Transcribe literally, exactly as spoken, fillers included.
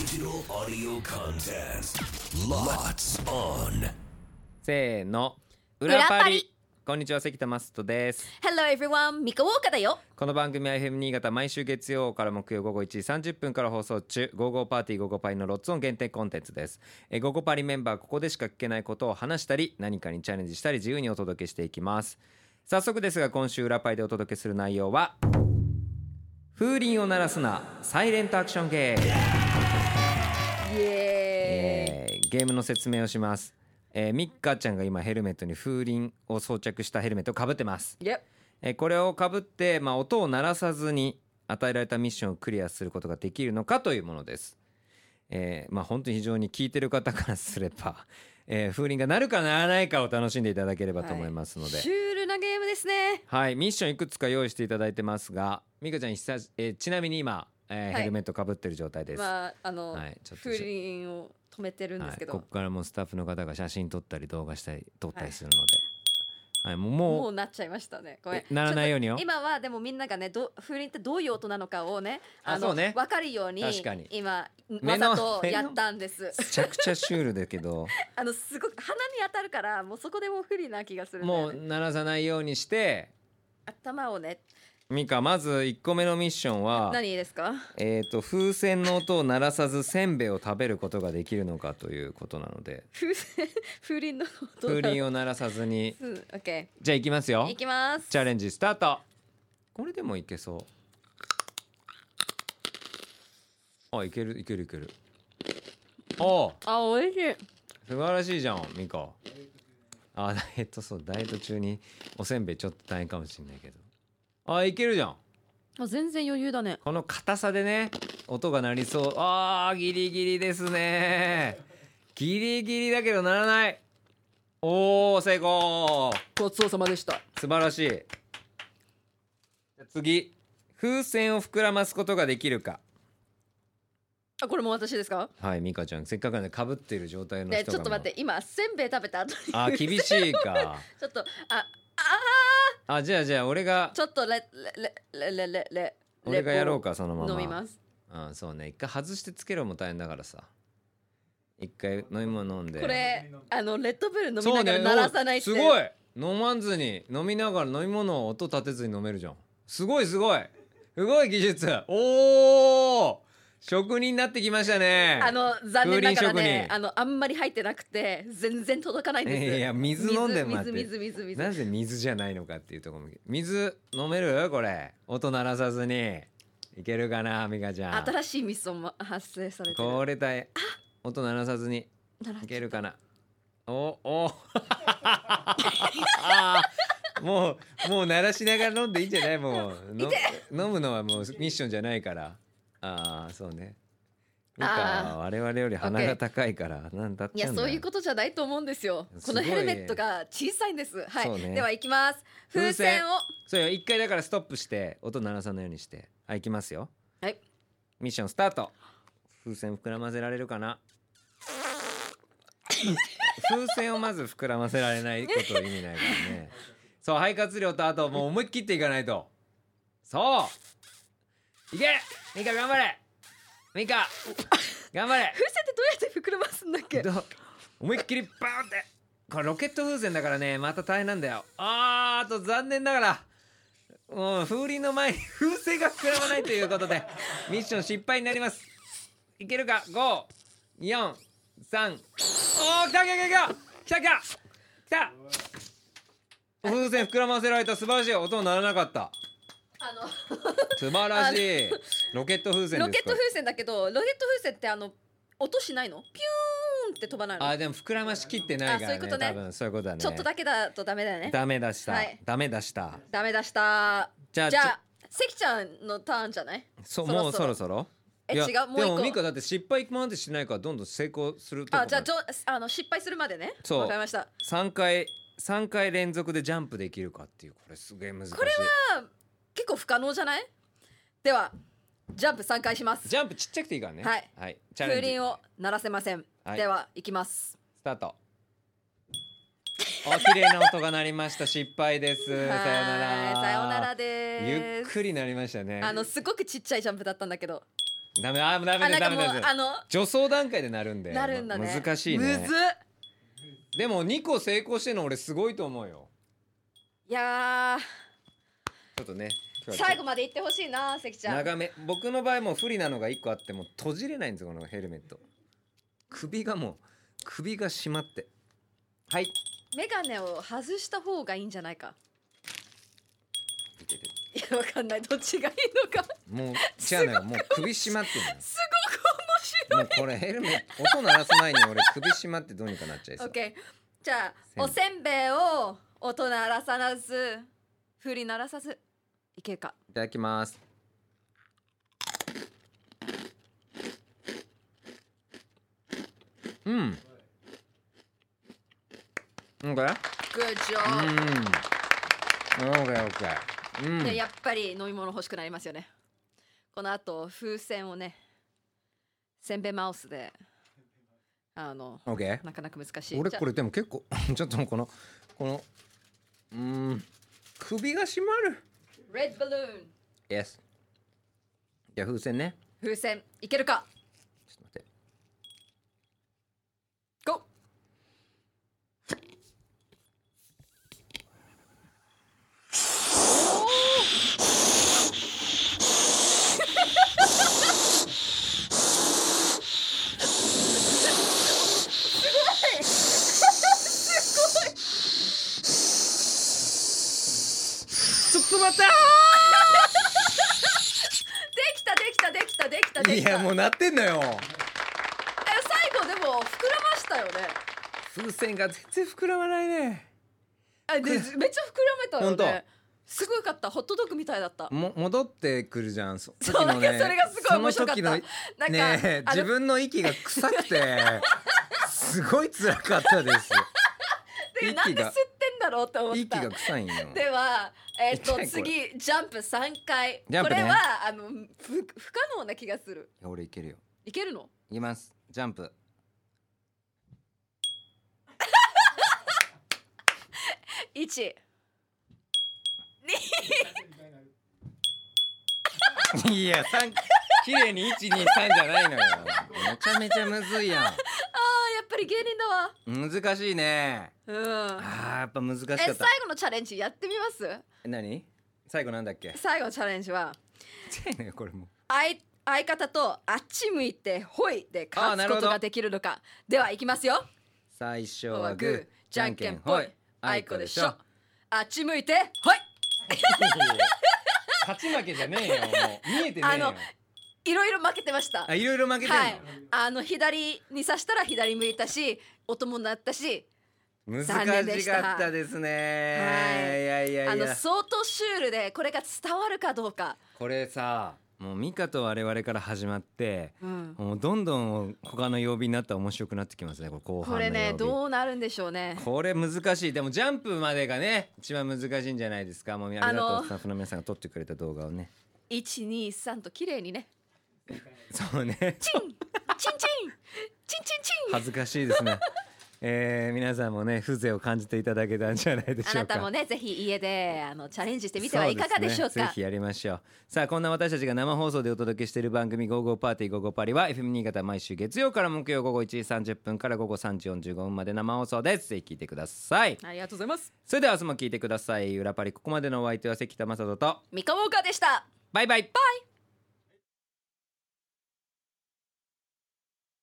Digital audio contest. Lots on. せーの、 裏パリ。 裏パリ。こんにちは、関田マストです。 Hello everyone、ミカウォーカだよ。 この番組は エフエム 新潟、毎週月曜から木曜午後いちじさんじゅっぷんから放送中、ゴーゴーパーティーゴーゴーパリのロッツオン限定コンテンツです。えゴーゴーパリメンバー、ここでしか聞けないことを話したり、何かにチャレンジしたり、自由にお届けしていきます。早速ですが、今週裏パリでお届けする内容は、風鈴を鳴らすな、サイレントアクションゲーム。 イエーイ。 えーゲームの説明をします。えー、ミッカちゃんが今ヘルメットに風鈴を装着したヘルメットをかぶってます。 Yep。 えーこれをかぶって、まあ、音を鳴らさずに与えられたミッションをクリアすることができるのかというものです。えーまあ、本当に非常に聞いてる方からすれば、えー風鈴が鳴るか鳴らないかを楽しんでいただければと思いますので、はい、 シュールなゲームですね。 はい、ミッションいくつか用意していただいてますが、ミカちゃん久し、えーちなみに今、えーはいヘルメットかぶってる状態です。 まああの、 はい、ちょっと風鈴を止めてるんですけど、 はい、ここからもうスタッフの方が写真撮ったり動画したり撮ったりするので、はいはい、もうもうもうなっちゃいましたね。ごめん。 ならないようによ。 今はでもみんながね、ど風鈴ってどういう音なのかをね、 あそうね分かるように確かに今目のわざとやったんです。 めちゃくちゃシュールだけどあのすごく鼻に当たるからもうそこでもう不利な気がするんだもうよね。 鳴らさないようにして、 頭をね。 ミカまずいっこめのミッションは何ですか？ えーと風船の音を鳴らさずせんべいを食べることができるのかということなので、 風船風鈴の音。 風鈴を鳴らさずにうん、オッケじゃあいきますよ。 ー。いきます。 チャレンジスタート。これでもいけそう。あ、いけるいけるいける。おあ、美味しい。 素晴らしいじゃんミカ。あ、ダイエット、そうダイエット中におせんべいちょっと大変かもしれないけど、あ、いけるじゃん。 あ、全然余裕だね。 この硬さでね、音が鳴りそう。あー、ギリギリですね。ギリギリだけど鳴らない。おー、成功。 ごちそうさまでした。 素晴らしい。じゃあ次、風船を膨らますことができるか。 あ、これも私ですか？ はい、ミカちゃん、せっかくなんで被っている状態の人が、 ね、ちょっと待って、今せんべい食べた後にあ、厳しいか。 ちょっと、あ、ああ、じゃあじゃあ俺がーちょっとレレレレレレ俺がやろうか、そのまま飲みます。 うん、そうね、一回外してつけるのも大変だからさ、一回飲み物飲んで。 これあのレッドブル飲みそうね、 ながら鳴らさないってすごい。飲まずに飲みながら飲み物を音立てずに飲めるじゃん。すごいすごいすごい技術。おお、職人になってきましたね。 あの残念ながら風鈴職人、 ね、あのあんまり入ってなくて全然届かないんです。 いや、水飲んでもらって。 水水水水なぜ水じゃないのかっていうところも。水飲める？これ音鳴らさずにいけるかな、ミカちゃん。 新しいミスも発生されてる。 これ大音鳴らさずにいけるかな。おおあー、もうもう鳴らしながら飲んでいいんじゃない？もうの飲むのはもうミッションじゃないから。ああ、そうね。ミカは我々より鼻が高いからなんだっいや、 ちゃうんだよ。 そういうことじゃないと思うんですよ。 すごいこのヘルメットが小さいんです。はい、 そうねでは行きます。風船をそうよ、一回だからストップして音鳴らさないようにして、はい、いきますよ。 はい、 ミッションスタート。風船膨らませられるかな。風船をまず膨らませられないことは意味ないからね。そう、肺活量とあともう思いっきっていかないと。そういけ、ミカ頑張れ、ミカ頑張れ。 風船ってどうやって膨らますんだっけ？ ど思いっきりバーンって。これロケット風船だからね、また大変なんだよ。あー、あと残念ながらもう風鈴の前に風船が膨らまないということでミッション失敗になります。いけるか。ご、よん、さん、おー、来た来た来た来た来た来た。風船膨らませられた。素晴らしい。音鳴らなかった。 あの素晴らしい。ロケット風船ですか。 ロケット風船だけど、ロケット風船ってあの音しないの？ピューンって飛ばないの？ あ、でも膨らましきってないからね。 あ、そういうことね。 多分そういうことだね。 ちょっとだけだとダメだよね。 ダメだした、 はい、 ダメだした。 ダメだした。 じゃあじゃあ関ちゃんのターンじゃない？ そそろそろもうそろそろ。 え、 いや違う、もう一個。 でもミカだって失敗までしないからどんどん成功するとこまあ、 で。 じゃあじょあの失敗するまでね。 そうわかりました。 さんかいさんかい連続でジャンプできるかっていう、これすげえ難しい。 これは結構不可能じゃない？ではジャンプさんかいします。 ジャンプちっちゃくていいからね。 はい、 はい、チャレンジ風鈴を鳴らせません、 はい、 では行きます。 スタート。お、綺麗な音が鳴りました。失敗です。さよなら。 さよならです。 ゆっくり鳴りましたね。 あのすごくちっちゃいジャンプだったんだけど。 ダメあーダメあなんかもうだダメだダメだあの助走段階でなるんでなるんだね。 難しいねむずっ。 でもにこ成功してるの俺すごいと思うよいやちょっとね今ー日は最後まで行ってほしいな関ちゃん。 長め僕の場合もう不利なのがいっこあっても閉じれないんですよこのヘルメット首がもう首が締まってはいメガネを外した方がいいんじゃないか。 いけていやわかんないどっちがいいのか。 もう違うのよもう首締まってんのよすごく面白い。 もうこれヘルメット音鳴らす前に俺首締まってどうにかなっちゃいそうオッケー。じゃあおせせんべいを音鳴らさなず振り鳴らさずいけるか。 いただきますうんうんこれ Good う job、 んオッケーオッケーうんでやっぱり飲み物欲しくなりますよね。この後風船をねせんべいマウスであのオッケーなかなか難しい。じゃあ俺これでも結構ちょっとこのこのうーん首が締まるレッドバルーン Yes じゃあ風船ね風船いけるか。 ちょっと待ってゴちょっと待ったできたできたできたできたできた。 いやもうなってんのよえ最後でも膨らましたよね。 風船が全然膨らまないねあでめっちゃ膨らめたよほんとね。すごかった。ホットドッグみたいだった。 も戻ってくるじゃんそそうなんかそれがすごい面白かった。 その時のなんか、 ねえあの自分の息が臭くてすごい辛かったですでなんで吸ってんだろうって思った。 息が臭いんよでは、えっと痛いこれ次ジャンプさんかい。 ジャンプねこれはあの不不可能な気がする。 いや俺いけるよいけるの？ いきますジャンプ一。 いや三綺麗にいちにさんじゃないのよめちゃめちゃむずいやあーやっぱり芸人だわ。 ん難しいねうん。 あーやっぱ難しかえ最った後のチャレンジやってみます？ え何最後なんだっけ最後のチャレンジは違うのよこれもう相相方とあっち向いてほいであーなるほど勝つことができるのか。ではいきますよ。 最初ははグーグーじじゃんゃんけんけんほいぽいああいいこでしょこでしょ。 あっち向いてほい。 勝ち負けじゃねえよもう見えてねえよあのいろいろ負けてました。 あいろいろ負けてんの、 はい。あの左に刺したら左向いたし音も鳴ったし、 難残念でしたしかったですね、 はいいやいやあのいや相当シュールでこれが伝わるかどうか。 これさもうミカと我々から始まってうん。 もうどんどん他の曜日になったら面白くなってきますねこれ後半これの曜日ねどうなるんでしょうね。 これ難しいでもジャンプまでがね一番難しいんじゃないですかもうありがとうあのスタッフの皆さんが撮ってくれた動画をね一二三と綺麗にね。 そうねチンチンチンチンチンチンチン。 恥ずかしいですねえー、皆さんもね風情を感じていただけたんじゃないでしょうかあなたもねぜひ家であのチャレンジしてみてはいかがでしょうか。 そうですね、ぜひやりましょう。さあこんな私たちが生放送でお届けしている番組「ゴーゴーパーティーゴーゴーパリ」は エフエム 新潟毎週月曜から木曜午後いちじさんじゅっぷんから午後さんじよんじゅうごふんまで生放送です。ぜひ聞いてください。 ありがとうございます。 それでは明日も聞いてください。裏パリここまでのお相手は関田正人とミカウォーカーでした。 バイバイ。 バイ。